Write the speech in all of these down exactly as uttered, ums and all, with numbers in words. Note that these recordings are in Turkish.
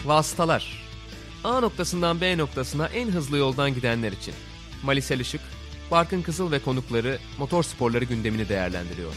Vasıtalar. A noktasından B noktasına en hızlı yoldan gidenler için. Malisel Işık, Barkın Kızıl ve konukları motor sporları gündemini değerlendiriyor.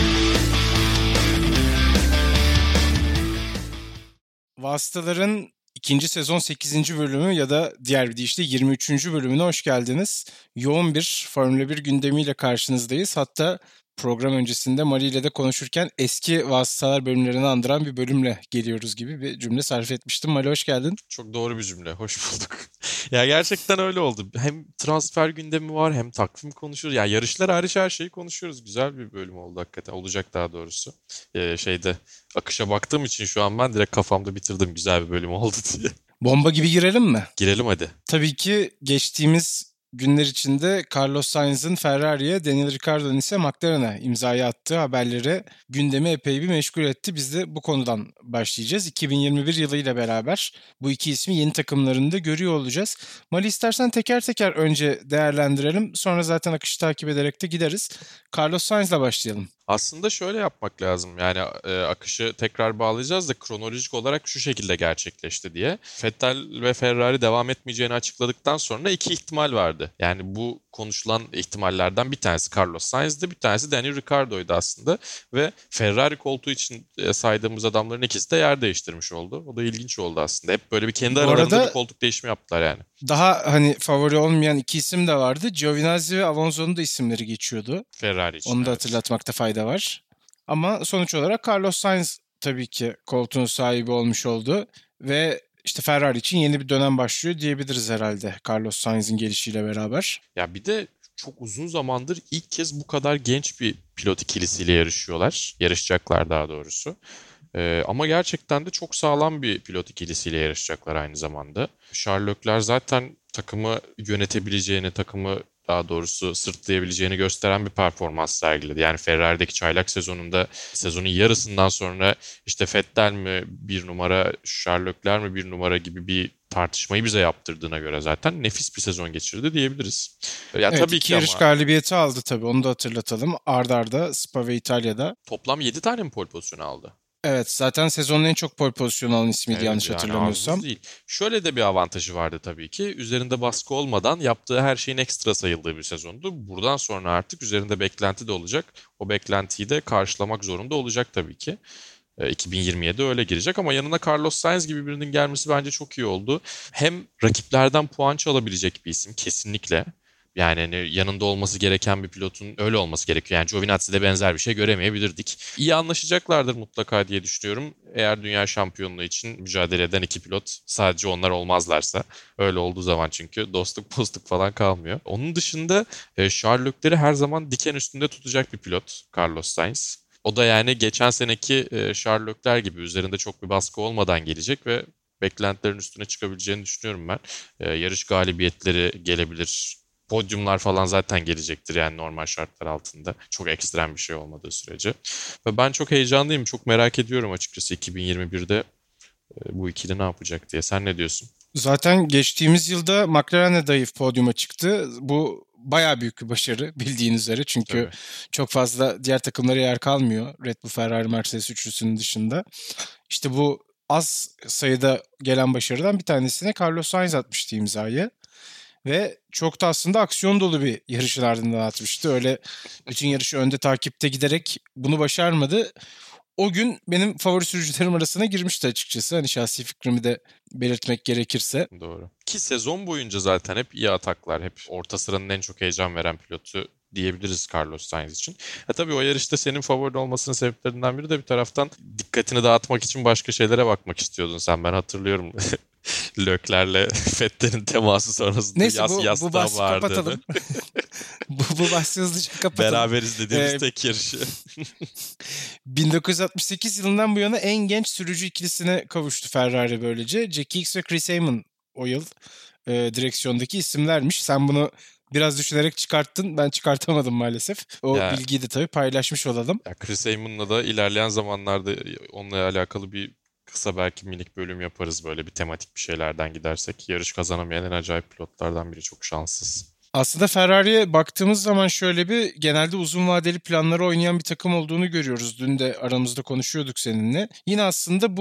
Vasıtaların ikinci sezon sekizinci bölümü ya da diğer bir deyişle yirmi üçüncü bölümüne hoş geldiniz. Yoğun bir Formula bir gündemiyle karşınızdayız. Hatta program öncesinde Mari ile de konuşurken eski Vasıtalar bölümlerini andıran bir bölümle geliyoruz gibi bir cümle sarf etmiştim. Mari hoş geldin. Çok doğru bir cümle. Hoş bulduk. Ya gerçekten öyle oldu. Hem transfer gündemi var hem takvim konuşuyoruz. Ya yarışlar hariç her şeyi konuşuyoruz. Güzel bir bölüm oldu hakikaten. Olacak daha doğrusu. Ee, şeyde akışa baktığım için şu an ben direkt kafamda bitirdim güzel bir bölüm oldu diye. Bomba gibi girelim mi? Girelim hadi. Tabii ki geçtiğimiz günler içinde Carlos Sainz'ın Ferrari'ye, Daniel Ricciardo'nun ise McLaren'a imzayı attığı haberleri gündemi epey bir meşgul etti. Biz de bu konudan başlayacağız. iki bin yirmi bir yılıyla beraber bu iki ismi yeni takımlarında görüyor olacağız. Mali istersen teker teker önce değerlendirelim. Sonra zaten akışı takip ederek de gideriz. Carlos Sainz'la başlayalım. Aslında şöyle yapmak lazım yani e, akışı tekrar bağlayacağız da kronolojik olarak şu şekilde gerçekleşti diye. Vettel ve Ferrari devam etmeyeceğini açıkladıktan sonra iki ihtimal vardı. Yani bu konuşulan ihtimallerden bir tanesi Carlos Sainz'di, bir tanesi Daniel Ricciardo'ydu aslında. Ve Ferrari koltuğu için e, saydığımız adamların ikisi de yer değiştirmiş oldu. O da ilginç oldu aslında. Hep böyle bir kendi aralarında bir koltuk değişimi yaptılar yani. Daha hani favori olmayan iki isim de vardı. Giovinazzi ve Alonso'nun da isimleri geçiyordu. Ferrari için. Onu da evet. hatırlatmakta fayda var. Ama sonuç olarak Carlos Sainz tabii ki koltuğun sahibi olmuş oldu. Ve işte Ferrari için yeni bir dönem başlıyor diyebiliriz herhalde Carlos Sainz'in gelişiyle beraber. Ya bir de çok uzun zamandır ilk kez bu kadar genç bir pilot ikilisiyle yarışıyorlar. Yarışacaklar daha doğrusu. Ee, ama gerçekten de çok sağlam bir pilot ikilisiyle yarışacaklar aynı zamanda. Charles Leclerc zaten takımı yönetebileceğini, takımı daha doğrusu sırtlayabileceğini gösteren bir performans sergiledi. Yani Ferrari'deki çaylak sezonunda sezonun yarısından sonra işte Vettel mi bir numara, Charles Leclerc mi bir numara gibi bir tartışmayı bize yaptırdığına göre zaten nefis bir sezon geçirdi diyebiliriz. Ya evet, tabii iki ki yarış ama... galibiyeti aldı tabii, onu da hatırlatalım. Arda arda Spa ve İtalya'da. Toplam yedi tane mi pole pozisyonu aldı? Evet, zaten sezonun en çok pole pozisyonu alan ismiydi evet, yanlış yani hatırlamıyorsam. Değil. Şöyle de bir avantajı vardı tabii ki. Üzerinde baskı olmadan yaptığı her şeyin ekstra sayıldığı bir sezondu. Buradan sonra artık üzerinde beklenti de olacak. O beklentiyi de karşılamak zorunda olacak tabii ki. iki bin yirmi yedi öyle girecek ama yanına Carlos Sainz gibi birinin gelmesi bence çok iyi oldu. Hem rakiplerden puan çalabilecek bir isim kesinlikle. Yani hani yanında olması gereken bir pilotun öyle olması gerekiyor. Yani Giovinazzi'de benzer bir şey göremeyebilirdik. İyi anlaşacaklardır mutlaka diye düşünüyorum. Eğer dünya şampiyonluğu için mücadele eden iki pilot sadece onlar olmazlarsa. Öyle olduğu zaman çünkü dostluk postluk falan kalmıyor. Onun dışında Charles Leclerc'i her zaman diken üstünde tutacak bir pilot Carlos Sainz. O da yani geçen seneki Charles Leclerc gibi üzerinde çok bir baskı olmadan gelecek ve beklentilerin üstüne çıkabileceğini düşünüyorum ben. Yarış galibiyetleri gelebilir. Podyumlar falan zaten gelecektir yani normal şartlar altında. Çok ekstrem bir şey olmadığı sürece. Ve ben çok heyecanlıyım. Çok merak ediyorum açıkçası iki bin yirmi birde bu ikili ne yapacak diye. Sen ne diyorsun? Zaten geçtiğimiz yılda McLaren'e dahi podyuma çıktı. Bu bayağı büyük bir başarı bildiğin üzere. Çünkü Tabii. çok fazla diğer takımlara yer kalmıyor. Red Bull, Ferrari, Mercedes üçlüsünün dışında. İşte bu az sayıda gelen başarıdan bir tanesine Carlos Sainz atmıştı imzayı. Ve çok da aslında aksiyon dolu bir yarışın ardından atmıştı. Öyle bütün yarışı önde takipte giderek bunu başarmadı. O gün benim favori sürücülerim arasına girmişti açıkçası. Hani şahsi fikrimi de belirtmek gerekirse. Doğru. Ki sezon boyunca zaten hep iyi ataklar. Hep orta sıranın en çok heyecan veren pilotu diyebiliriz Carlos Sainz için. Ha tabii o yarışta senin favorin olmasının sebeplerinden biri de bir taraftan dikkatini dağıtmak için başka şeylere bakmak istiyordun sen. Ben hatırlıyorum. Löklerle Vettel'in teması sonrasında Neyse, yas bu, yastığa bu bahsi vardı. kapatalım. bu, bu bahsi hızlıca kapatalım. Beraber izlediğimiz ee, tek yarışı. bin dokuz yüz altmış sekiz yılından bu yana en genç sürücü ikilisine kavuştu Ferrari böylece. Jackie Hicks ve Chris Amon o yıl e, direksiyondaki isimlermiş. Sen bunu biraz düşünerek çıkarttın. Ben çıkartamadım maalesef. O ya, bilgiyi de tabii paylaşmış olalım. Ya Chris Amon'la da ilerleyen zamanlarda onunla alakalı bir kısa belki minik bölüm yaparız böyle bir tematik bir şeylerden gidersek. Yarış kazanamayan en acayip pilotlardan biri, çok şanssız. Aslında Ferrari'ye baktığımız zaman şöyle bir genelde uzun vadeli planları oynayan bir takım olduğunu görüyoruz. Dün de aramızda konuşuyorduk seninle. Yine aslında bu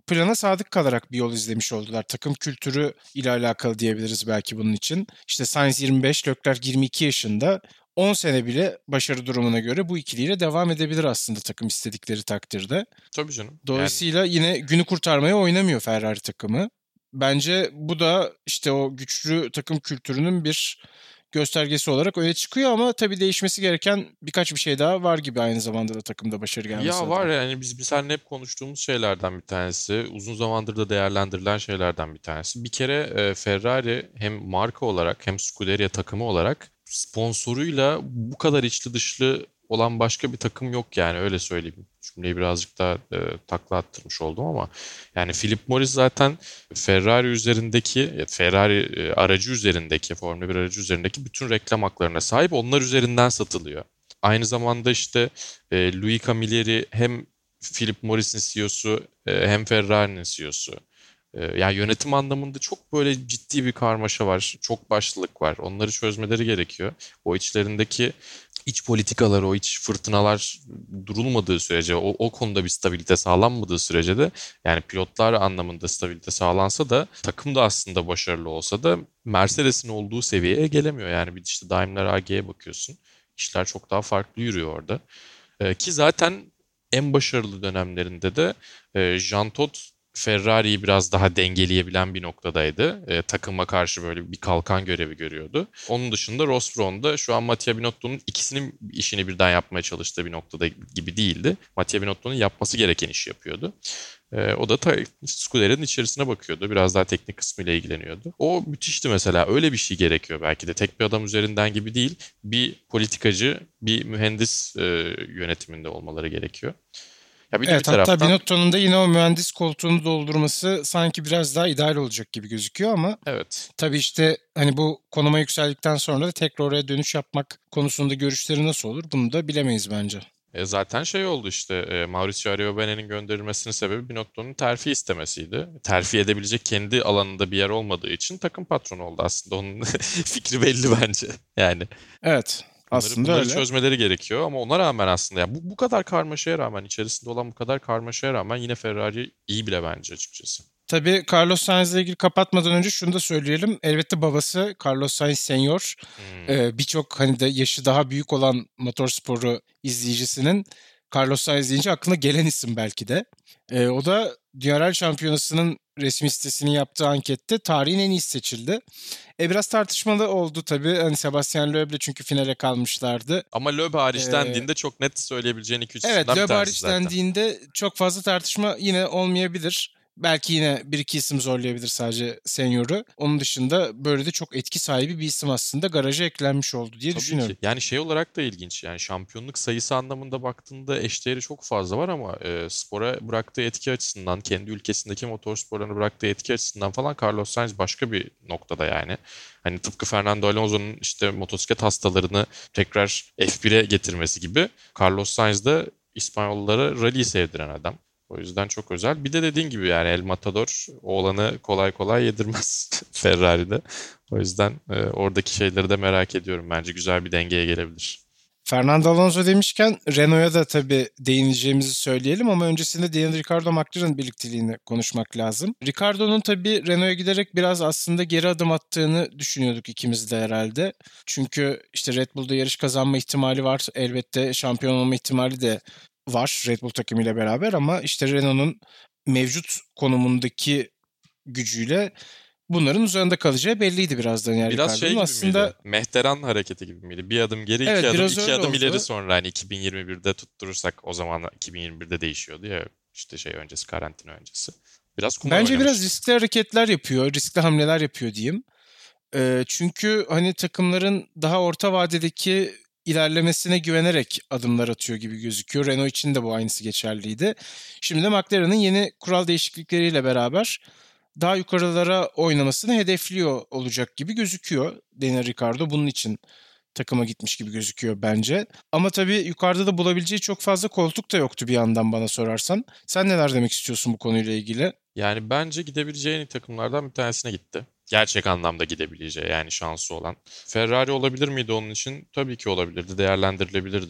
plana sadık kalarak bir yol izlemiş oldular. Takım kültürü ile alakalı diyebiliriz belki bunun için. İşte Sainz yirmi beş, Leclerc yirmi iki yaşında. on sene bile başarı durumuna göre bu ikiliyle devam edebilir aslında takım istedikleri takdirde. Tabii canım. Dolayısıyla yani... yine günü kurtarmaya oynamıyor Ferrari takımı. Bence bu da işte o güçlü takım kültürünün bir göstergesi olarak öne çıkıyor ama tabii değişmesi gereken birkaç bir şey daha var gibi aynı zamanda da takımda başarı gelmesi. Ya var yani biz, biz seninle hep konuştuğumuz şeylerden bir tanesi. Uzun zamandır da değerlendirilen şeylerden bir tanesi. Bir kere e, Ferrari hem marka olarak hem Scuderia takımı olarak sponsoruyla bu kadar içli dışlı olan başka bir takım yok yani öyle söyleyeyim. Cümleyi birazcık daha e, takla attırmış oldum ama yani Philip Morris zaten Ferrari üzerindeki Ferrari e, aracı üzerindeki Formula bir aracı üzerindeki bütün reklam haklarına sahip, onlar üzerinden satılıyor. Aynı zamanda işte e, Louis Camilleri hem Philip Morris'in C E O'su e, hem Ferrari'nin C E O'su. E, yani yönetim anlamında çok böyle ciddi bir karmaşa var. Çok başlılık var. Onları çözmeleri gerekiyor. O içlerindeki iç politikalar, o iç fırtınalar durulmadığı sürece, o, o konuda bir stabilite sağlanmadığı sürece de yani pilotlar anlamında stabilite sağlansa da takım da aslında başarılı olsa da Mercedes'in olduğu seviyeye gelemiyor. Yani bir işte Daimler A G'ye bakıyorsun. İşler çok daha farklı yürüyor orada. Ee, ki zaten en başarılı dönemlerinde de e, Jean Todt Ferrari'yi biraz daha dengeleyebilen bir noktadaydı. E, takıma karşı böyle bir kalkan görevi görüyordu. Onun dışında Ross Brawn da şu an Mattia Binotto'nun ikisinin işini birden yapmaya çalıştığı bir noktada gibi değildi. Mattia Binotto'nun yapması gereken işi yapıyordu. E, o da ta, Scuderia'nın içerisine bakıyordu. Biraz daha teknik kısmıyla ilgileniyordu. O müthişti mesela. Öyle bir şey gerekiyor belki de. Tek bir adam üzerinden gibi değil. Bir politikacı, bir mühendis e, yönetiminde olmaları gerekiyor. Ya bir evet, bir taraftan... hatta Binotto'nun da yine o mühendis koltuğunu doldurması sanki biraz daha ideal olacak gibi gözüküyor ama evet. Tabii işte hani bu konuma yükseldikten sonra da tekrar oraya dönüş yapmak konusunda görüşleri nasıl olur bunu da bilemeyiz bence. E zaten şey oldu işte e, Mauricio Arriobane'nin gönderilmesinin sebebi Binotto'nun terfi istemesiydi. Terfi edebilecek kendi alanında bir yer olmadığı için takım patronu oldu aslında. Onun fikri belli bence yani. Evet. Bunları, aslında bunları öyle. çözmeleri gerekiyor ama ona rağmen aslında yani bu, bu kadar karmaşaya rağmen içerisinde olan bu kadar karmaşaya rağmen yine Ferrari iyi bile bence açıkçası. Tabii Carlos Sainz'le ilgili kapatmadan önce şunu da söyleyelim. Elbette babası Carlos Sainz Senior hmm. e, birçok hani de yaşı daha büyük olan motorsporu izleyicisinin Carlos Sainz deyince aklına gelen isim belki de. E, o da Dünya Rally Şampiyonası'nın resmi sitesinin yaptığı ankette tarihin en iyisi seçildi. E biraz tartışmalı oldu tabii. Hani Sebastian Loeb'le çünkü finale kalmışlardı. Ama Loeb hariç ee, dendiğinde çok net söyleyebileceğin iki üç evet, isimden bir tanesi hariç zaten. Evet Loeb hariç dendiğinde çok fazla tartışma yine olmayabilir. Belki yine bir iki isim zorlayabilir sadece Senior'u. Onun dışında böyle de çok etki sahibi bir isim aslında garaja eklenmiş oldu diye Tabii düşünüyorum. Ki. Yani şey olarak da ilginç. Yani şampiyonluk sayısı anlamında baktığında eşdeğeri çok fazla var ama e, spora bıraktığı etki açısından, kendi ülkesindeki motorsporlarına bıraktığı etki açısından falan Carlos Sainz başka bir noktada yani. Hani tıpkı Fernando Alonso'nun işte motosiklet hastalarını tekrar F bire getirmesi gibi Carlos Sainz de İspanyollara rally sevdiren adam. O yüzden çok özel. Bir de dediğin gibi yani El Matador oğlanı kolay kolay yedirmez Ferrari'de. O yüzden e, oradaki şeyleri de merak ediyorum. Bence güzel bir dengeye gelebilir. Fernando Alonso demişken Renault'a da tabii değineceğimizi söyleyelim ama öncesinde Daniel Ricciardo McLaren birlikteliğini konuşmak lazım. Ricciardo'nun tabii Renault'a giderek biraz aslında geri adım attığını düşünüyorduk ikimiz de herhalde. Çünkü işte Red Bull'da yarış kazanma ihtimali var. Elbette şampiyon olma ihtimali de var Red Bull takımıyla beraber ama işte Renault'un mevcut konumundaki gücüyle bunların üzerinde kalacağı belliydi birazdan. Yani biraz Ricardo'nun. şey gibi aslında... miydi? Mehteran hareketi gibi miydi? Bir adım geri, evet, iki adım, iki adım oldu. ileri sonra hani iki bin yirmi birde tutturursak o zaman iki bin yirmi birde değişiyordu ya işte şey öncesi, karantina öncesi. Biraz kumar Bence oynamıştı. biraz riskli hareketler yapıyor, riskli hamleler yapıyor diyeyim. Ee, çünkü hani takımların daha orta vadedeki ilerlemesine güvenerek adımlar atıyor gibi gözüküyor. Renault için de bu aynısı geçerliydi. Şimdi de McLaren'ın yeni kural değişiklikleriyle beraber daha yukarılara oynamasını hedefliyor olacak gibi gözüküyor. Daniel Ricciardo bunun için takıma gitmiş gibi gözüküyor bence. Ama tabii yukarıda da bulabileceği çok fazla koltuk da yoktu bir yandan bana sorarsan. Sen neler demek istiyorsun bu konuyla ilgili? Yani bence gidebileceği en iyi takımlardan bir tanesine gitti. Gerçek anlamda gidebileceği yani şansı olan. Ferrari olabilir miydi onun için? Tabii ki olabilirdi, değerlendirilebilirdi.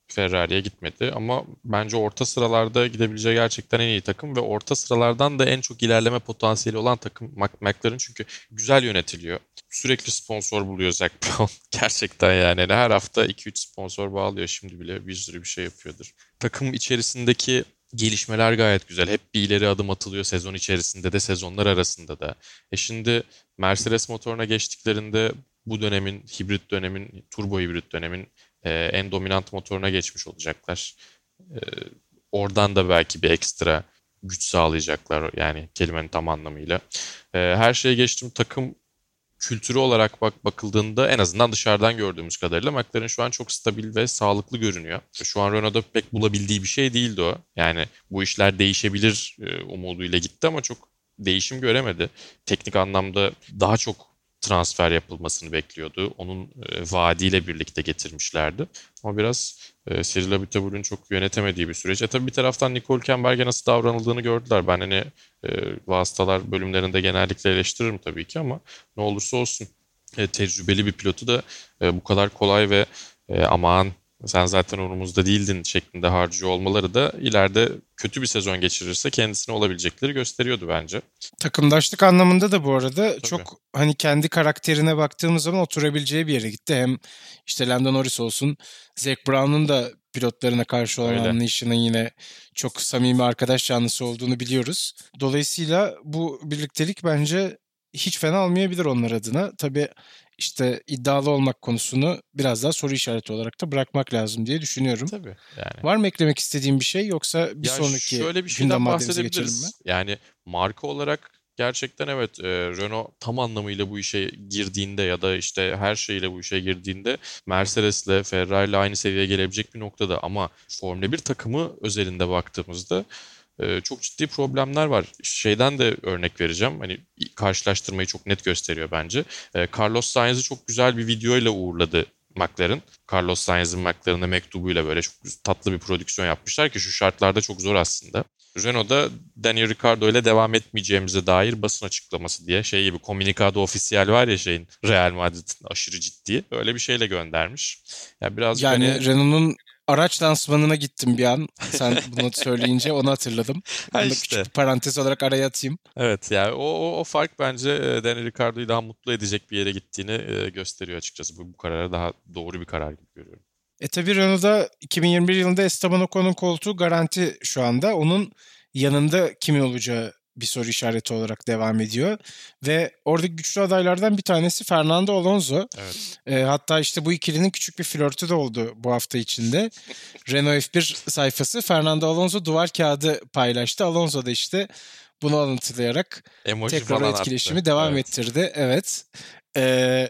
Ferrari'ye gitmedi ama bence orta sıralarda gidebileceği gerçekten en iyi takım ve orta sıralardan da en çok ilerleme potansiyeli olan takım McLaren, çünkü güzel yönetiliyor. Sürekli sponsor buluyor Zac Brown. Gerçekten yani her hafta iki üç sponsor bağlıyor, şimdi bile bir sürü bir şey yapıyordur. Takım içerisindeki gelişmeler gayet güzel. Hep bir ileri adım atılıyor sezon içerisinde de sezonlar arasında da. E şimdi Mercedes motoruna geçtiklerinde bu dönemin, hibrit dönemin, turbo hibrit dönemin e, en dominant motoruna geçmiş olacaklar. E, oradan da belki bir ekstra güç sağlayacaklar yani kelimenin tam anlamıyla. E, her şeye geçtim, takım kültürü olarak bak bakıldığında en azından dışarıdan gördüğümüz kadarıyla McLaren şu an çok stabil ve sağlıklı görünüyor. Şu an Renault'da pek bulabildiği bir şey değildi o. Yani bu işler değişebilir e, umuduyla gitti ama çok değişim göremedi. Teknik anlamda daha çok transfer yapılmasını bekliyordu. Onun e, vaadiyle birlikte getirmişlerdi. Ama biraz e, Cyril Abiteboul'un çok yönetemediği bir süreç. E tabii bir taraftan Nicole Hülkenberg'e nasıl davranıldığını gördüler. Ben hani e, vasıtalar bölümlerinde genellikle eleştiririm tabii ki ama ne olursa olsun e, tecrübeli bir pilotu da e, bu kadar kolay ve e, aman sen zaten umurumuzda değildin şeklinde harcıyor olmaları da ileride kötü bir sezon geçirirse kendisine olabilecekleri gösteriyordu bence. Takımdaşlık anlamında da bu arada Tabii. çok hani kendi karakterine baktığımız zaman oturabileceği bir yere gitti. Hem işte Lando Norris olsun, Zac Brown'un da pilotlarına karşı olan Öyle. anlayışının yine çok samimi arkadaş canlısı olduğunu biliyoruz. Dolayısıyla bu birliktelik bence hiç fena olmayabilir onlar adına. Tabii işte iddialı olmak konusunu biraz daha soru işareti olarak da bırakmak lazım diye düşünüyorum. Tabii yani. Var mı eklemek istediğin bir şey yoksa bir Ya sonraki şöyle bir gündem şeyden maddemize geçelim mi? bahsedebiliriz. Yani marka olarak gerçekten evet, e, Renault tam anlamıyla bu işe girdiğinde ya da işte her şeyle bu işe girdiğinde Mercedes'le Ferrari'yle aynı seviyeye gelebilecek bir noktada, ama Formula bir takımı özelinde baktığımızda e, çok ciddi problemler var. Şeyden de örnek vereceğim. Hani karşılaştırmayı çok net gösteriyor bence. E, Carlos Sainz'i çok güzel bir videoyla uğurladı McLaren. Carlos Sainz'in McLaren'a mektubuyla böyle çok tatlı bir prodüksiyon yapmışlar ki şu şartlarda çok zor aslında. Renault'da Daniel Ricciardo ile devam etmeyeceğimize dair basın açıklaması diye şey gibi, Comunicado Oficial var ya şeyin, Real Madrid'in aşırı ciddi, öyle bir şeyle göndermiş. Ya birazcık Yani hani Renault'un araç lansmanına gittim bir an. Sen bunu söyleyince onu hatırladım. ha Bunu da işte. küçük bir parantez olarak araya atayım. Evet yani o, o, o fark bence e, Daniel Ricciardo'yu daha mutlu edecek bir yere gittiğini e, gösteriyor açıkçası. Bu, bu karara daha doğru bir karar gibi görüyorum. E tabii Renault'da iki bin yirmi bir yılında Esteban Ocon'un koltuğu garanti şu anda. Onun yanında kimin olacağı bir soru işareti olarak devam ediyor. Ve oradaki güçlü adaylardan bir tanesi Fernando Alonso. Evet. E, hatta işte bu ikilinin küçük bir flörtü de oldu bu hafta içinde. Renault F bir sayfası Fernando Alonso duvar kağıdı paylaştı. Alonso da işte bunu alıntılayarak Emoji tekrar o falan etkileşimi attı. devam Evet. ettirdi. Evet. Ee,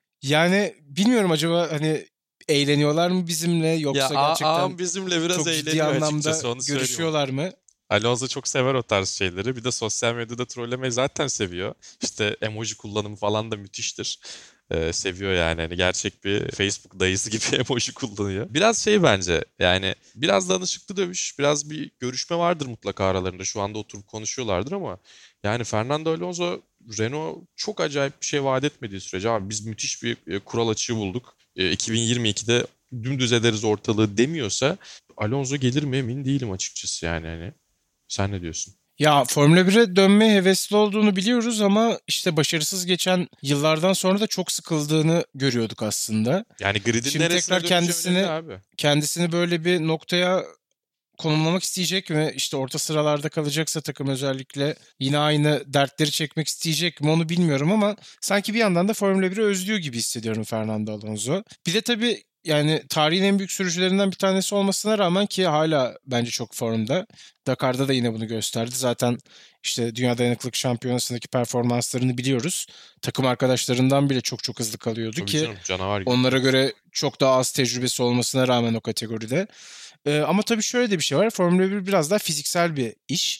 yani bilmiyorum acaba hani eğleniyorlar mı bizimle Ya yoksa A- gerçekten Ağam bizimle biraz çok ciddi eğleniyor anlamda açıkçası, onu söyleyeyim. görüşüyorlar mı? Alonso çok sever o tarz şeyleri. Bir de sosyal medyada trollemeyi zaten seviyor. İşte emoji kullanımı falan da müthiştir. Ee, seviyor yani. Hani gerçek bir Facebook dayısı gibi emoji kullanıyor. Biraz şey bence yani biraz danışıklı dövüş, biraz bir görüşme vardır mutlaka aralarında. Şu anda oturup konuşuyorlardır ama yani Fernando Alonso Renault çok acayip bir şey vaat etmediği sürece abi biz müthiş bir e, kural açığı bulduk. E, iki bin yirmi ikide dümdüz ederiz ortalığı demiyorsa Alonso gelir mi emin değilim açıkçası yani hani. Sen ne diyorsun? Ya Formula bire dönmeye hevesli olduğunu biliyoruz ama işte başarısız geçen yıllardan sonra da çok sıkıldığını görüyorduk aslında. Yani gridin Şimdi neresine tekrar döneceği kendisini önemli abi. kendisini böyle bir noktaya konumlamak isteyecek mi? İşte orta sıralarda kalacaksa takım özellikle yine aynı dertleri çekmek isteyecek mi onu bilmiyorum ama sanki bir yandan da Formula biri özlüyor gibi hissediyorum Fernando Alonso. Bir de tabii yani tarihin en büyük sürücülerinden bir tanesi olmasına rağmen ki hala bence çok formda. Dakar'da da yine bunu gösterdi. Zaten işte Dünya Dayanıklılık Şampiyonası'ndaki performanslarını biliyoruz. Takım arkadaşlarından bile çok çok hızlı kalıyordu Tabii ki canım, canavar gibi. onlara göre çok daha az tecrübesi olmasına rağmen o kategoride. Ee, ama tabii şöyle de bir şey var. Formula bir biraz daha fiziksel bir iş.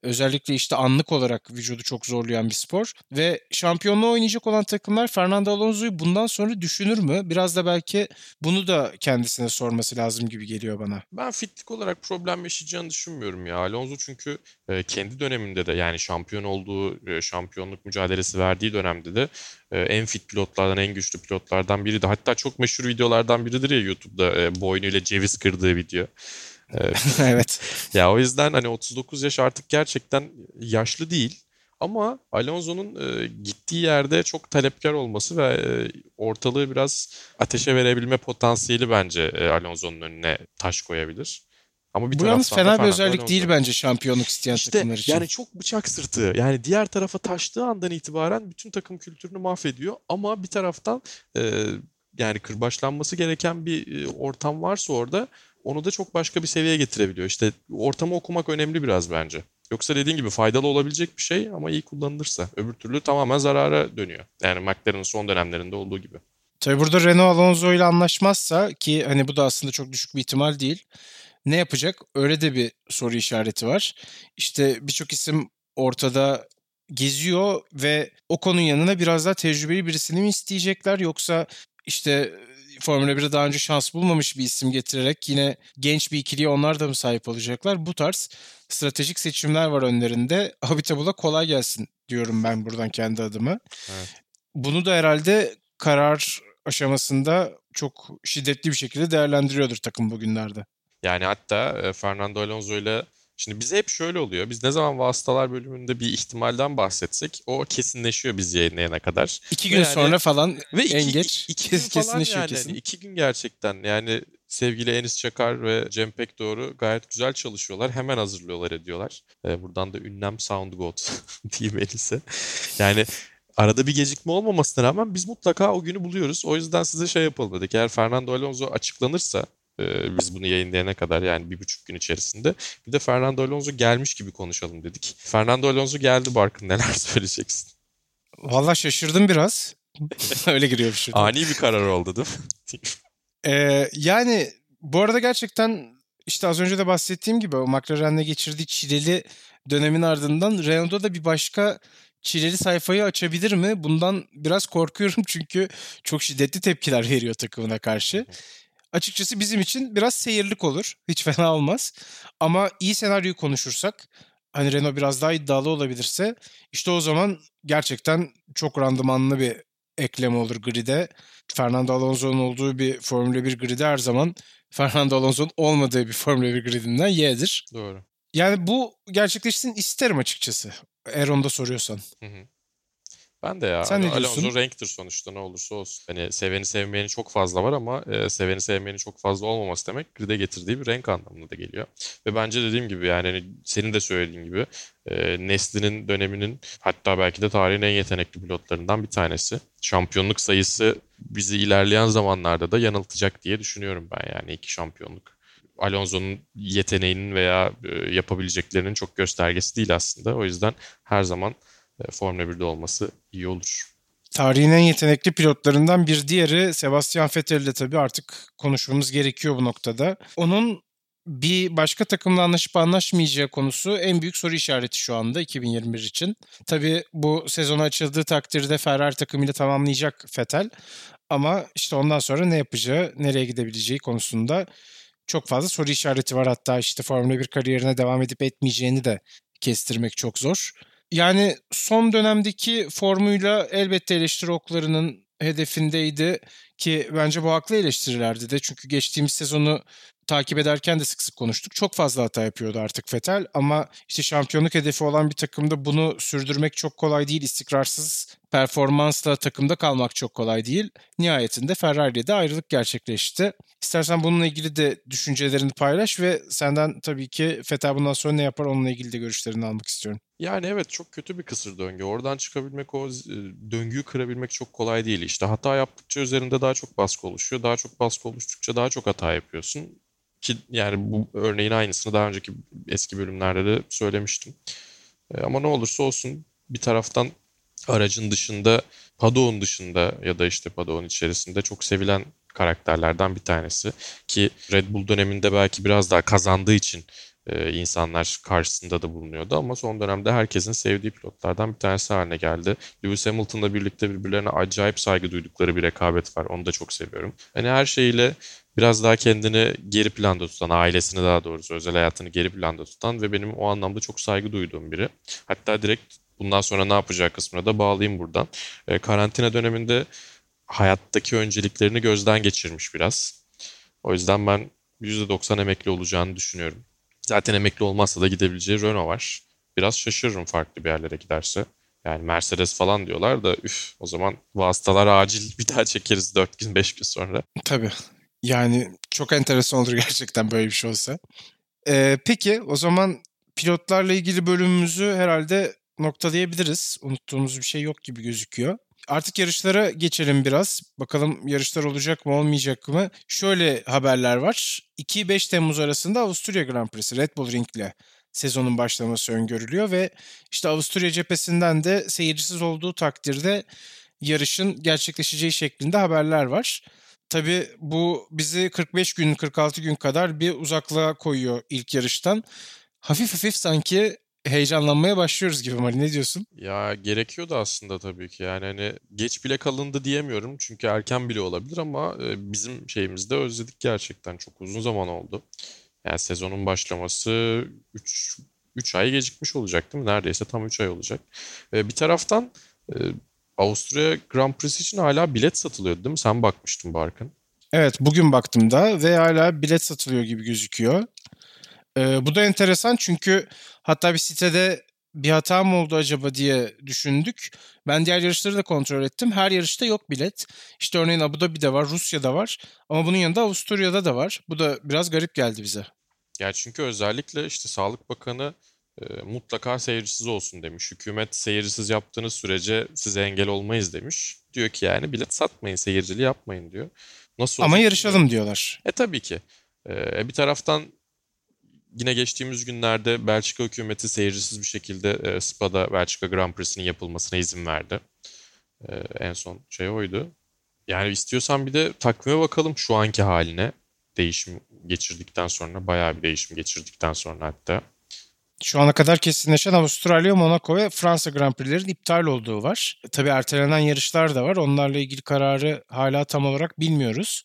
Özellikle işte anlık olarak vücudu çok zorlayan bir spor. Ve şampiyonluğu oynayacak olan takımlar Fernando Alonso'yu bundan sonra düşünür mü? Biraz da belki bunu da kendisine sorması lazım gibi geliyor bana. Ben fitlik olarak problem yaşayacağını düşünmüyorum ya. Alonso çünkü e, kendi döneminde de yani şampiyon olduğu, e, şampiyonluk mücadelesi verdiği dönemde de e, en fit pilotlardan, en güçlü pilotlardan biriydi. Hatta çok meşhur videolardan biridir ya YouTube'da e, boynuyla ceviz kırdığı video. E, Evet. Ya o yüzden hani otuz dokuz yaş artık gerçekten yaşlı değil. Ama Alonso'nun e, gittiği yerde çok talepkar olması ve e, ortalığı biraz ateşe verebilme potansiyeli bence e, Alonso'nun önüne taş koyabilir. Ama bir Bu yalnız taraftan da fena bir Fernando özellik Alonso. değil bence şampiyonluk isteyen İşte takımlar için. yani çok bıçak sırtı. Yani diğer tarafa taştığı andan itibaren bütün takım kültürünü mahvediyor. Ama bir taraftan e, yani kırbaçlanması gereken bir e, ortam varsa orada onu da çok başka bir seviyeye getirebiliyor. İşte ortamı okumak önemli biraz bence. Yoksa dediğin gibi faydalı olabilecek bir şey ama iyi kullanılırsa. Öbür türlü tamamen zarara dönüyor. Yani McLaren'ın son dönemlerinde olduğu gibi. Tabii burada Renault Alonso ile anlaşmazsa, ki hani bu da aslında çok düşük bir ihtimal değil, ne yapacak? Öyle de bir soru işareti var. İşte birçok isim ortada geziyor ve o konunun yanına biraz daha tecrübeli birisini mi isteyecekler, yoksa işte Formula birde daha önce şans bulmamış bir isim getirerek yine genç bir ikiliye onlar da mı sahip olacaklar? Bu tarz stratejik seçimler var önlerinde. Habitabul'a kolay gelsin diyorum ben buradan kendi adıma. Evet. Bunu da herhalde karar aşamasında çok şiddetli bir şekilde değerlendiriyordur takım bugünlerde. Yani hatta e, Fernando Alonso ile şimdi bize hep şöyle oluyor. Biz ne zaman vasıtalar bölümünde bir ihtimalden bahsetsek o kesinleşiyor biz yayınlayana kadar. İki Ve gün yani, sonra falan ve iki, en geç iki gün falan kesinleşiyor yani. kesin. Hani iki gün gerçekten yani sevgili Enis Çakar ve Cem Pekdoğru gayet güzel çalışıyorlar. Hemen hazırlıyorlar ediyorlar. E, buradan da ünlem Sound God diyeyim Enis'e. Yani arada bir gecikme olmamasına rağmen biz mutlaka o günü buluyoruz. O yüzden size şey yapalım dedik. Eğer Fernando Alonso açıklanırsa e, biz bunu yayınlayana kadar yani bir buçuk gün içerisinde bir de Fernando Alonso gelmiş gibi konuşalım dedik. Fernando Alonso geldi Barkın, neler söyleyeceksin? Valla şaşırdım biraz. Öyle giriyor şurada. Ani bir karar oldu değil mi? Ee, yani bu arada gerçekten işte az önce de bahsettiğim gibi o McLaren'le geçirdiği çileli dönemin ardından Renault'da da bir başka çileli sayfayı açabilir mi? Bundan biraz korkuyorum çünkü çok şiddetli tepkiler veriyor takımına karşı. Açıkçası bizim için biraz seyirlik olur. Hiç fena olmaz. Ama iyi senaryoyu konuşursak, hani Renault biraz daha iddialı olabilirse, işte o zaman gerçekten çok randımanlı bir ekleme olur grid'e. Fernando Alonso'nun olduğu bir Formula bir grid'i her zaman Fernando Alonso'nun olmadığı bir Formula bir grid'inden Y'dir. Doğru. Yani bu gerçekleşsin isterim açıkçası. Eğer onu da soruyorsan. Hı hı. Ben de ya. Sen ne Alonso diyorsun? renktir sonuçta, ne olursa olsun. Hani seveni sevmeyeni çok fazla var ama e, seveni sevmeyeni çok fazla olmaması demek grid'e getirdiği bir renk anlamına da geliyor. Ve bence dediğim gibi yani hani senin de söylediğin gibi e, neslinin, döneminin hatta belki de tarihin en yetenekli pilotlarından bir tanesi. Şampiyonluk sayısı bizi ilerleyen zamanlarda da yanıltacak diye düşünüyorum ben, yani iki şampiyonluk. Alonso'nun yeteneğinin veya e, yapabileceklerinin çok göstergesi değil aslında. O yüzden her zaman Formula birde olması iyi olur. Tarihin en yetenekli pilotlarından bir diğeri Sebastian Vettel de tabii artık konuşmamız gerekiyor bu noktada. Onun bir başka takımla anlaşıp anlaşmayacağı konusu en büyük soru işareti şu anda iki bin yirmi bir için. Tabii bu sezonu açıldığı takdirde Ferrari takımıyla tamamlayacak Vettel. Ama işte ondan sonra ne yapacağı, nereye gidebileceği konusunda çok fazla soru işareti var. Hatta işte Formula bir kariyerine devam edip etmeyeceğini de kestirmek çok zor. Yani son dönemdeki formuyla elbette eleştiri oklarının hedefindeydi ki bence bu haklı eleştirilerdi de. Çünkü geçtiğimiz sezonu takip ederken de sık sık konuştuk. Çok fazla hata yapıyordu artık Vettel ama işte şampiyonluk hedefi olan bir takımda bunu sürdürmek çok kolay değil. İstikrarsız performansla takımda kalmak çok kolay değil. Nihayetinde Ferrari'de ayrılık gerçekleşti. İstersen bununla ilgili de düşüncelerini paylaş ve senden tabii ki Vettel bundan sonra ne yapar onunla ilgili de görüşlerini almak istiyorum. Yani evet, çok kötü bir kısır döngü. Oradan çıkabilmek, o döngüyü kırabilmek çok kolay değil. İşte hata yaptıkça üzerinde daha çok baskı oluşuyor. Daha çok baskı oluştukça daha çok hata yapıyorsun. Ki yani bu örneğin aynısını daha önceki eski bölümlerde de söylemiştim. Ama ne olursa olsun bir taraftan aracın dışında, paddock'un dışında ya da işte paddock'un içerisinde çok sevilen karakterlerden bir tanesi. Ki Red Bull döneminde belki biraz daha kazandığı için e, insanlar karşısında da bulunuyordu ama son dönemde herkesin sevdiği pilotlardan bir tanesi haline geldi. Lewis Hamilton'la birlikte birbirlerine acayip saygı duydukları bir rekabet var. Onu da çok seviyorum. Hani her şeyiyle biraz daha kendini geri planda tutan, ailesini daha doğrusu özel hayatını geri planda tutan ve benim o anlamda çok saygı duyduğum biri. Hatta direkt bundan sonra ne yapacağı kısmına da bağlayayım buradan. E, karantina döneminde hayattaki önceliklerini gözden geçirmiş biraz. O yüzden ben yüzde doksan emekli olacağını düşünüyorum. Zaten emekli olmazsa da gidebileceği Renault var. Biraz şaşırırım farklı bir yerlere giderse. Yani Mercedes falan diyorlar da üf, o zaman vasıtalar acil bir daha çekeriz dört gün beş gün sonra. Tabii. Yani çok enteresan olur gerçekten böyle bir şey olsa. Ee, peki o zaman pilotlarla ilgili bölümümüzü herhalde noktalayabiliriz. Unuttuğumuz bir şey yok gibi gözüküyor. Artık yarışlara geçelim biraz. Bakalım yarışlar olacak mı olmayacak mı? Şöyle haberler var. iki beş Temmuz arasında Avusturya Grand Prix'si Red Bull Ring'le sezonun başlaması öngörülüyor ve işte Avusturya cephesinden de seyircisiz olduğu takdirde yarışın gerçekleşeceği şeklinde haberler var. Tabii bu bizi kırk beş gün kırk altı gün kadar bir uzaklığa koyuyor ilk yarıştan. Hafif hafif sanki heyecanlanmaya başlıyoruz gibi Mali, ne diyorsun? Ya gerekiyordu aslında tabii ki. Yani hani geç bile kalındı diyemiyorum çünkü erken bile olabilir ama e, bizim şeyimizde özledik gerçekten. Çok uzun zaman oldu. Yani sezonun başlaması üç üç ay gecikmiş olacak değil mi? Neredeyse tam üç ay olacak. E, bir taraftan e, Avusturya Grand Prix için hala bilet satılıyordu değil mi? Sen bakmıştın Barkın. Evet, bugün baktım da ve hala bilet satılıyor gibi gözüküyor. Ee, bu da enteresan çünkü hatta bir sitede bir hata mı oldu acaba diye düşündük. Ben diğer yarışları da kontrol ettim. Her yarışta yok bilet. İşte örneğin Abu Dhabi'de var, Rusya'da var ama bunun yanında Avusturya'da da var. Bu da biraz garip geldi bize. Yani çünkü özellikle işte Sağlık Bakanı e, mutlaka seyircisiz olsun demiş. Hükümet seyircisiz yaptığınız sürece size engel olmayız demiş. Diyor ki yani bilet satmayın, seyircili yapmayın diyor. Nasıl Ama olacak yarışalım bilmiyorum. diyorlar. E tabii ki. E, bir taraftan yine geçtiğimiz günlerde Belçika hükümeti seyircisiz bir şekilde e, Spa'da Belçika Grand Prix'sinin yapılmasına izin verdi. E, en son şey oydu. Yani istiyorsan bir de takvime bakalım şu anki haline. Değişim geçirdikten sonra, bayağı bir değişim geçirdikten sonra hatta. Şu ana kadar kesinleşen Avustralya, Monaco ve Fransa Grand Prix'lerin iptal olduğu var. Tabii ertelenen yarışlar da var. Onlarla ilgili kararı hala tam olarak bilmiyoruz.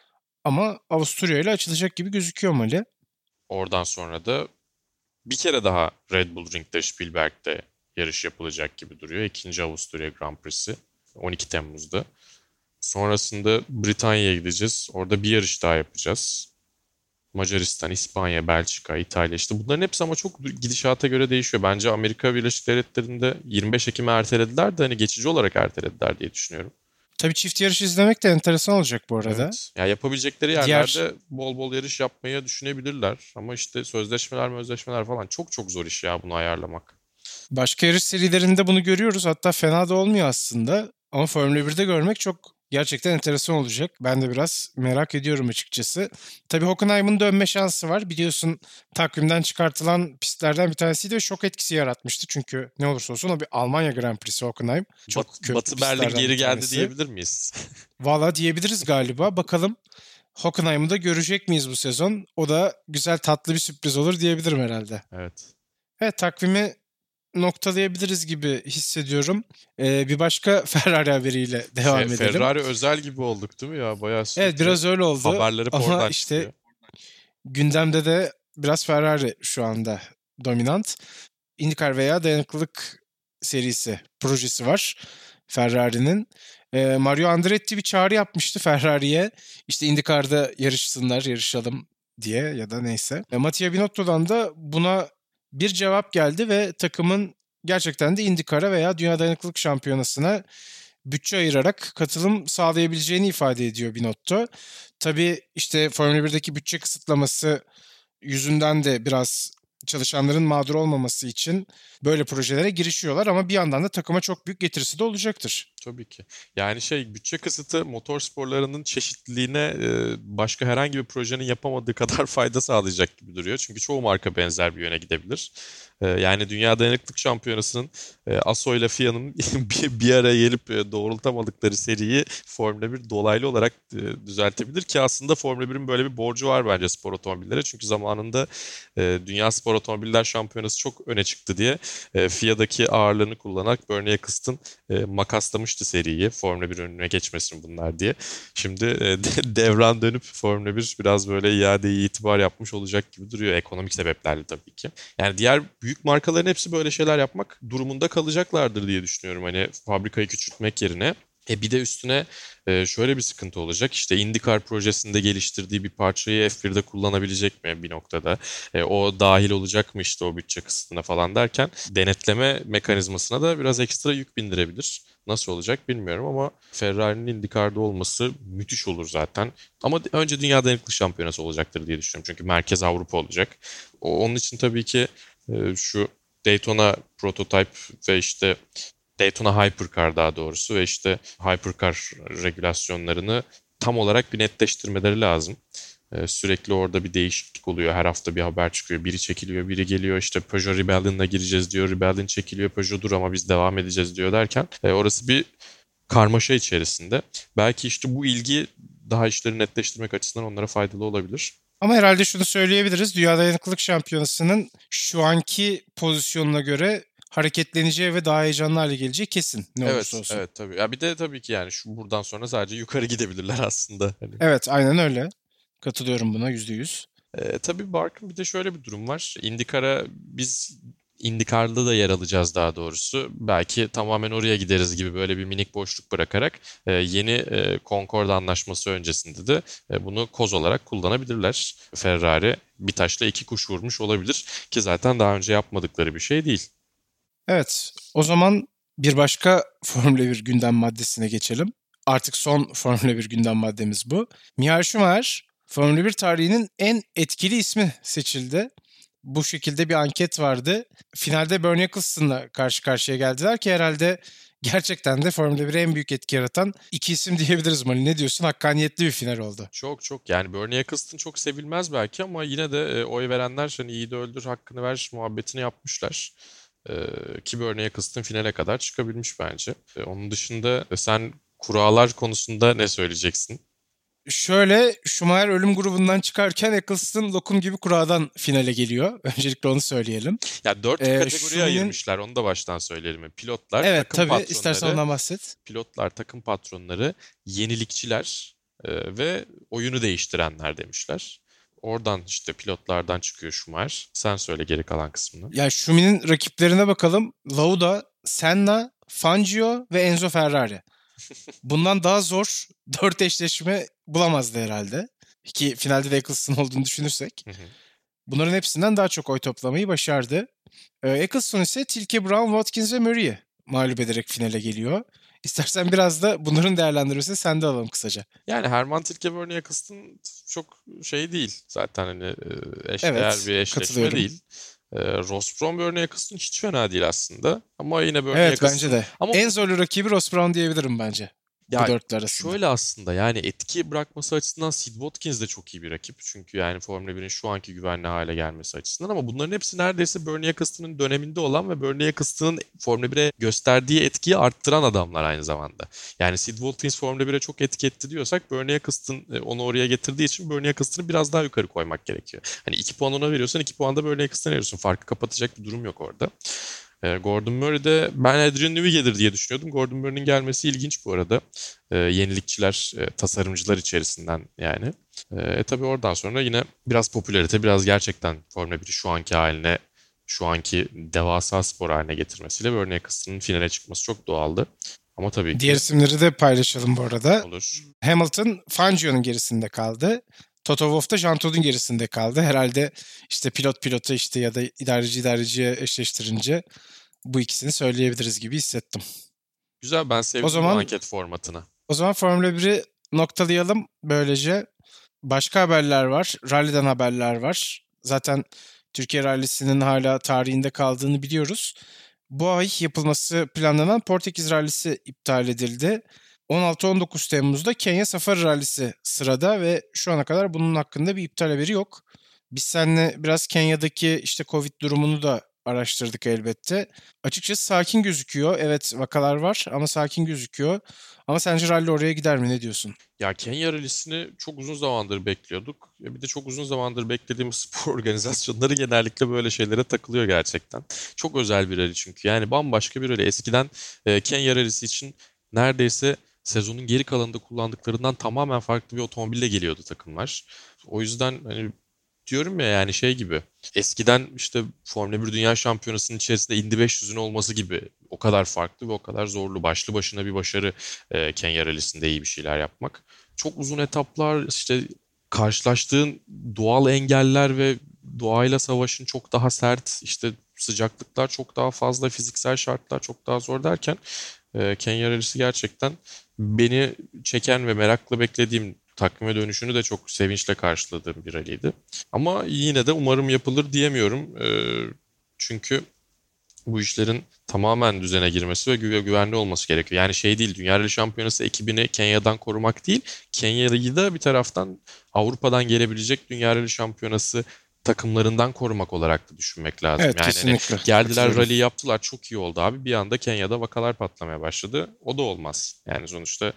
Ama Avusturya ile açılacak gibi gözüküyor Mali. Oradan sonra da bir kere daha Red Bull Ring'de Spielberg'de yarış yapılacak gibi duruyor. İkinci Avusturya Grand Prix'si on iki Temmuz'da. Sonrasında Britanya'ya gideceğiz. Orada bir yarış daha yapacağız. Macaristan, İspanya, Belçika, İtalya işte bunların hepsi ama çok gidişata göre değişiyor. Bence Amerika Birleşik Devletleri'nde yirmi beş Ekim'e ertelediler de hani geçici olarak ertelediler diye düşünüyorum. Tabii çift yarış izlemek de enteresan olacak bu arada. Evet. Ya yapabilecekleri Diğer yerlerde bol bol yarış yapmayı düşünebilirler. Ama işte sözleşmeler sözleşmeler falan çok çok zor iş ya bunu ayarlamak. başka yarış serilerinde bunu görüyoruz. Hatta fena da olmuyor aslında. Ama Formula birde görmek çok gerçekten enteresan olacak. Ben de biraz merak ediyorum açıkçası. Tabii Hockenheim'ın dönme şansı var. Biliyorsun takvimden çıkartılan pistlerden bir tanesiydi ve şok etkisi yaratmıştı. Çünkü ne olursa olsun o bir Almanya Grand Prix'si Hockenheim. Çok Bat- köklü Batı Berlin pistlerden geri bir geldi tanesi. diyebilir miyiz? Valla diyebiliriz galiba. Bakalım Hockenheim'ı da görecek miyiz bu sezon? O da güzel tatlı bir sürpriz olur diyebilirim herhalde. Evet. Evet, takvimi noktalayabiliriz gibi hissediyorum. Ee, bir başka Ferrari haberiyle devam Fe- edelim. Ferrari özel gibi olduk değil mi ya? Bayağı Evet, sürekli biraz öyle oldu haberleri ama oradan işte çıkıyor. gündemde de biraz Ferrari şu anda dominant. IndyCar veya dayanıklılık serisi projesi var Ferrari'nin. Ee, Mario Andretti bir çağrı yapmıştı Ferrari'ye. İşte IndyCar'da yarışsınlar, yarışalım diye ya da neyse. E, Mattia Binotto'dan da buna bir cevap geldi ve takımın gerçekten de IndyCar'a veya Dünya Dayanıklılık Şampiyonası'na bütçe ayırarak katılım sağlayabileceğini ifade ediyor Binotto. Tabii işte Formula birdeki bütçe kısıtlaması yüzünden de biraz çalışanların mağdur olmaması için böyle projelere girişiyorlar ama bir yandan da takıma çok büyük getirisi de olacaktır. Tabii ki. Yani şey bütçe kısıtı motor sporlarının çeşitliliğine e, başka herhangi bir projenin yapamadığı kadar fayda sağlayacak gibi duruyor. Çünkü çoğu marka benzer bir yöne gidebilir. E, yani Dünya Dayanıklık Şampiyonası'nın e, Asso ile F I A'nın bir, bir araya gelip e, doğrultamadıkları seriyi Formula bir dolaylı olarak e, düzeltebilir ki aslında Formula birin böyle bir borcu var bence spor otomobillere. Çünkü zamanında e, Dünya Spor Otomobiller Şampiyonası çok öne çıktı diye e, F I A'daki ağırlığını kullanarak Bernie Eccleston e, makaslamıştı seriyi. Formula bir önüne geçmesin bunlar diye. Şimdi e, devran dönüp Formula bir biraz böyle iade-i itibar yapmış olacak gibi duruyor. Ekonomik sebeplerle tabii ki. Yani diğer büyük markaların hepsi böyle şeyler yapmak durumunda kalacaklardır diye düşünüyorum. Hani fabrikayı küçültmek yerine. E bir de üstüne e, şöyle bir sıkıntı olacak. İşte IndyCar projesinde geliştirdiği bir parçayı F birde kullanabilecek mi bir noktada? E, o dahil olacak mı işte o bütçe kısıtına falan derken denetleme mekanizmasına da biraz ekstra yük bindirebilir. Nasıl olacak bilmiyorum ama Ferrari'nin IndyCar'da olması müthiş olur zaten. Ama önce Dünya Dayanıklık Şampiyonası olacaktır diye düşünüyorum. Çünkü merkez Avrupa olacak. O, onun için tabii ki e, şu Daytona Prototype ve işte Daytona Hypercar daha doğrusu ve işte Hypercar regülasyonlarını tam olarak bir netleştirmeleri lazım. Ee, sürekli orada bir değişiklik oluyor. Her hafta bir haber çıkıyor. Biri çekiliyor, biri geliyor. İşte Peugeot Rebellion'la gireceğiz diyor. Rebellion çekiliyor. Peugeot dur ama biz devam edeceğiz diyor derken e, orası bir karmaşa içerisinde. Belki işte bu ilgi daha işleri netleştirmek açısından onlara faydalı olabilir. Ama herhalde şunu söyleyebiliriz. Dünya Dayanıklılık Şampiyonası'nın şu anki pozisyonuna göre hareketleneceği ve daha heyecanlı hale geleceği kesin ne evet, olursa olsun. Evet tabii. Ya bir de tabii ki yani şu buradan sonra sadece yukarı gidebilirler aslında. Hani. Evet aynen öyle. Katılıyorum buna yüzde yüz. Ee, tabii Barkın bir de şöyle bir durum var. IndyCar'a biz IndyCar'da da yer alacağız daha doğrusu. Belki tamamen oraya gideriz gibi böyle bir minik boşluk bırakarak e, yeni e, Concord Anlaşması öncesinde de e, bunu koz olarak kullanabilirler. Ferrari bir taşla iki kuş vurmuş olabilir ki zaten daha önce yapmadıkları bir şey değil. Evet, o zaman bir başka Formula bir gündem maddesine geçelim. Artık son Formula bir gündem maddemiz bu. Michael Schumacher, Formula bir tarihinin en etkili ismi seçildi. Bu şekilde bir anket vardı. Finalde Bernie Eccleston'la karşı karşıya geldiler ki herhalde gerçekten de Formula bire en büyük etki yaratan iki isim diyebiliriz Mali. Ne diyorsun? Hakkaniyetli bir final oldu. Çok çok yani Bernie Eccleston çok sevilmez belki ama yine de e, oy verenler hani iyi de öldür hakkını ver muhabbetini yapmışlar. Ee, ki Bernie Eccleston finale kadar çıkabilmiş bence. Ee, onun dışında sen kurallar konusunda ne söyleyeceksin? Şöyle Schumacher ölüm grubundan çıkarken Eccleston lokum gibi kuradan finale geliyor. Öncelikle onu söyleyelim. Ya dört Ee, kategoriye Schumacher'in... ayırmışlar. Onu da baştan söyleyelim. Pilotlar, evet, takım tabii, patronları. istersen ondan bahset. Pilotlar, takım patronları, yenilikçiler e, ve oyunu değiştirenler demişler. Oradan işte pilotlardan çıkıyor Schumacher. Sen söyle geri kalan kısmını. Ya Schumacher'in rakiplerine bakalım. Lauda, Senna, Fangio ve Enzo Ferrari. Bundan daha zor dört eşleşme bulamazdı herhalde. Ki finalde de Eccleston olduğunu düşünürsek. Hı hı. Bunların hepsinden daha çok oy toplamayı başardı. Ee, Eccleston ise Tilke, Brown, Watkins ve Murray'i mağlup ederek finale geliyor. İstersen biraz da bunların değerlendirmesini sen de alalım kısaca. Yani Hermann Tilke Bernie Eccleston çok şey değil. Zaten hani eşdeğer evet, bir eşleşme değil. E, Ross Brawn Bernie Eccleston hiç fena değil aslında. Ama yine Bernie evet, Eccleston... bence de. Ama... En zorlu rakibi Ross Brawn diyebilirim bence. Ya bu dörtlü arasında. Şöyle aslında yani etki bırakması açısından Sid Watkins de çok iyi bir rakip. Çünkü yani Formula birin şu anki güvenli hale gelmesi açısından ama bunların hepsi neredeyse Bernie Eccleston'ın döneminde olan ve Bernie Eccleston'ın Formula bire gösterdiği etkiyi arttıran adamlar aynı zamanda. Yani Sid Watkins Formula bire çok etki etti diyorsak Bernie Eccleston onu oraya getirdiği için Bernie Eccleston'ı biraz daha yukarı koymak gerekiyor. Hani iki puan ona veriyorsan iki puan da Bernie Eccleston'a veriyorsun. Farkı kapatacak bir durum yok orada. Gordon Murray'de ben Adrian Newey gelir diye düşünüyordum. Gordon Murray'nin gelmesi ilginç bu arada. E, yenilikçiler, e, tasarımcılar içerisinden yani. E, tabii oradan sonra yine biraz popülarite, biraz gerçekten Formula biri şu anki haline, şu anki devasa spor haline getirmesiyle Bernie Eccleston'ın finale çıkması çok doğaldı. Ama tabii ki... Diğer isimleri de paylaşalım bu arada. Olur. Hamilton, Fangio'nun gerisinde kaldı. Toto Wolff da Jean Todt'un gerisinde kaldı. Herhalde işte pilot pilota işte ya da idareci idareciye eşleştirince bu ikisini söyleyebiliriz gibi hissettim. Güzel, ben sevdim o zaman, bu anket formatını. O zaman Formula biri noktalayalım böylece. Başka haberler var. Rally'den haberler var. Zaten Türkiye Rally'sinin hala tarihinde kaldığını biliyoruz. bu ay yapılması planlanan Portekiz Rallisi iptal edildi. on altı on dokuz Temmuz'da Kenya Safari Rallisi sırada ve şu ana kadar bunun hakkında bir iptal haberi yok. Biz seninle biraz Kenya'daki işte Covid durumunu da araştırdık elbette. Açıkçası sakin gözüküyor. Evet, vakalar var ama sakin gözüküyor. Ama sence rally oraya gider mi? Ne diyorsun? Ya Kenya Rally'sini çok uzun zamandır bekliyorduk. Bir de çok uzun zamandır beklediğimiz spor organizasyonları genellikle böyle şeylere takılıyor gerçekten. Çok özel bir rally çünkü. Yani bambaşka bir rally. Eskiden e, Kenya Rally'si için neredeyse sezonun geri kalanında kullandıklarından tamamen farklı bir otomobille geliyordu takımlar. O yüzden hani diyorum ya, yani şey gibi. Eskiden işte Formula bir Dünya Şampiyonası'nın içerisinde Indy beş yüzün olması gibi, o kadar farklı ve o kadar zorlu. Başlı başına bir başarı e, Kenya Rally'sinde iyi bir şeyler yapmak. Çok uzun etaplar, işte karşılaştığın doğal engeller ve doğayla savaşın çok daha sert, işte sıcaklıklar çok daha fazla, fiziksel şartlar çok daha zor derken e, Kenya Rally'si gerçekten beni çeken ve merakla beklediğim, takvime dönüşünü de çok sevinçle karşıladığım bir ralliydi. Ama yine de umarım yapılır diyemiyorum. E, çünkü bu işlerin tamamen düzene girmesi ve gü- güvenli olması gerekiyor. Yani şey değil, Dünya Rally Şampiyonası ekibini Kenya'dan korumak değil, Kenya'yı da bir taraftan Avrupa'dan gelebilecek Dünya Rally Şampiyonası takımlarından korumak olarak da düşünmek lazım. Evet, yani kesinlikle. Hani geldiler, rally yaptılar, çok iyi oldu abi. Bir anda Kenya'da vakalar patlamaya başladı. O da olmaz. Yani sonuçta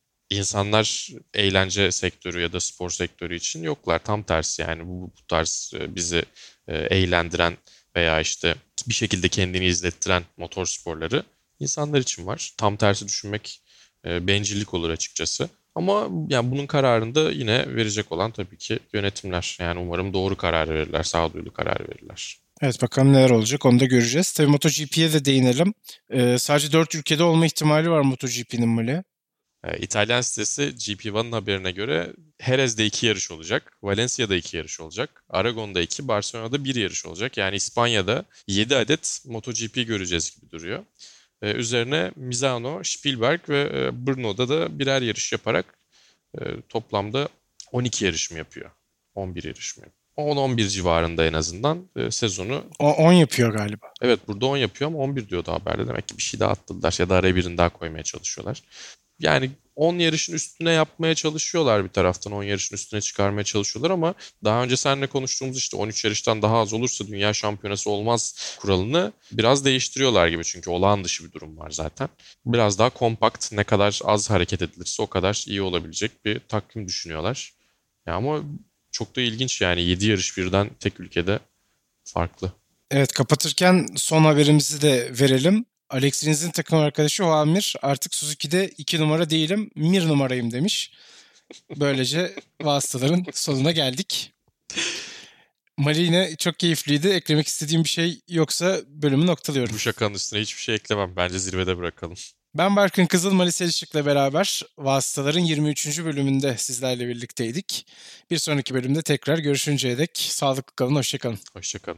İnsanlar eğlence sektörü ya da spor sektörü için yoklar. Tam tersi, yani bu, bu tarz bizi e, eğlendiren veya işte bir şekilde kendini izlettiren motor sporları insanlar için var. Tam tersi düşünmek e, bencillik olur açıkçası. Ama yani bunun kararını da yine verecek olan tabii ki yönetimler. Yani umarım doğru karar verirler, sağduyulu karar verirler. Evet, bakalım neler olacak, onu da göreceğiz. Tabii MotoGP'ye de değinelim. Ee, sadece dört ülkede olma ihtimali var MotoGP'nin Mali. İtalyan sitesi G P One'ın haberine göre Jerez'de iki yarış olacak, Valencia'da iki yarış olacak, Aragon'da iki, Barcelona'da bir yarış olacak. Yani İspanya'da yedi adet MotoGP göreceğiz gibi duruyor. Ee, üzerine Misano, Spielberg ve e, Brno'da da birer yarış yaparak e, toplamda on iki yarış mı yapıyor? on bir yarış mı yapıyor? on on bir civarında en azından e, sezonu. O, on yapıyor galiba. Evet, burada on yapıyor ama on bir diyordu haberde. Demek ki bir şey daha attılar ya da araya birini daha koymaya çalışıyorlar. Yani on yarışın üstüne yapmaya çalışıyorlar bir taraftan. on yarışın üstüne çıkarmaya çalışıyorlar ama daha önce seninle konuştuğumuz işte on üç yarıştan daha az olursa dünya şampiyonası olmaz kuralını biraz değiştiriyorlar gibi. Çünkü olağan dışı bir durum var zaten. Biraz daha kompakt, ne kadar az hareket edilirse o kadar iyi olabilecek bir takvim düşünüyorlar. Ya ama çok da ilginç, yani yedi yarış birden tek ülkede farklı. Evet, kapatırken son haberimizi de verelim. Alex Rins'in takım arkadaşı Juan Mir artık Suzuki'de iki numara değilim, Mir numarayım demiş. Böylece vasıtaların sonuna geldik. Mali yine çok keyifliydi. Eklemek istediğim bir şey yoksa bölümü noktalıyorum. Bu şakanın üstüne hiçbir şey eklemem. Bence zirvede bırakalım. Ben Barkın Kızıl, Mali Selçuk'la beraber Vasıtaların yirmi üçüncü bölümünde sizlerle birlikteydik. Bir sonraki bölümde tekrar görüşünceye dek sağlıklı kalın, hoşçakalın. Hoşçakalın.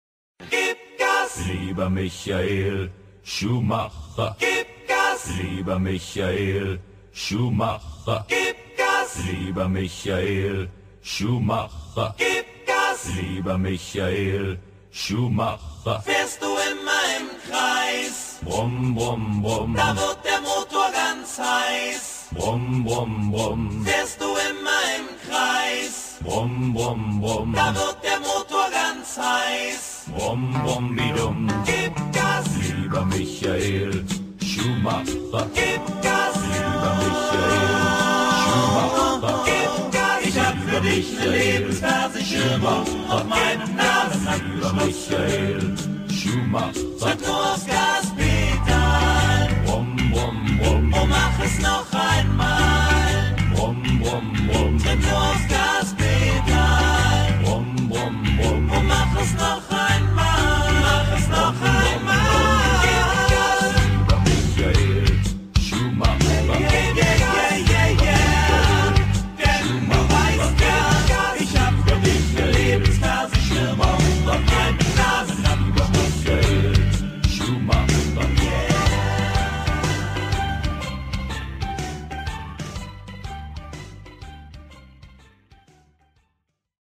Lieber Michael Schumacher, gib Gas! Lieber Michael Schumacher, gib Gas! Lieber Michael Schumacher, gib Gas! Lieber Michael Schumacher, fährst du immer im Kreis? Brumm, brumm, brumm, da wird der Motor ganz heiß. Brumm, brumm, brumm, fährst du immer im Kreis? Brumm, brumm, brumm, da wird der Motor ganz heiß. Brumm, brumm, wie dumm, gib Gas! Lieber Michael Schumacher, gib Gas! Lieber Michael Schumacher, gib Gas! Ich hab für dich eine Lebensversicherung auf meinen Namen. Lieber Michael Schumacher, tritt nur aufs Gaspedal. Brumm, brumm, brumm, oh, mach es noch einmal. Brumm, brumm, brumm, tritt nur aufs Gaspedal. Brumm, brumm, brumm, oh, mach es noch einmal.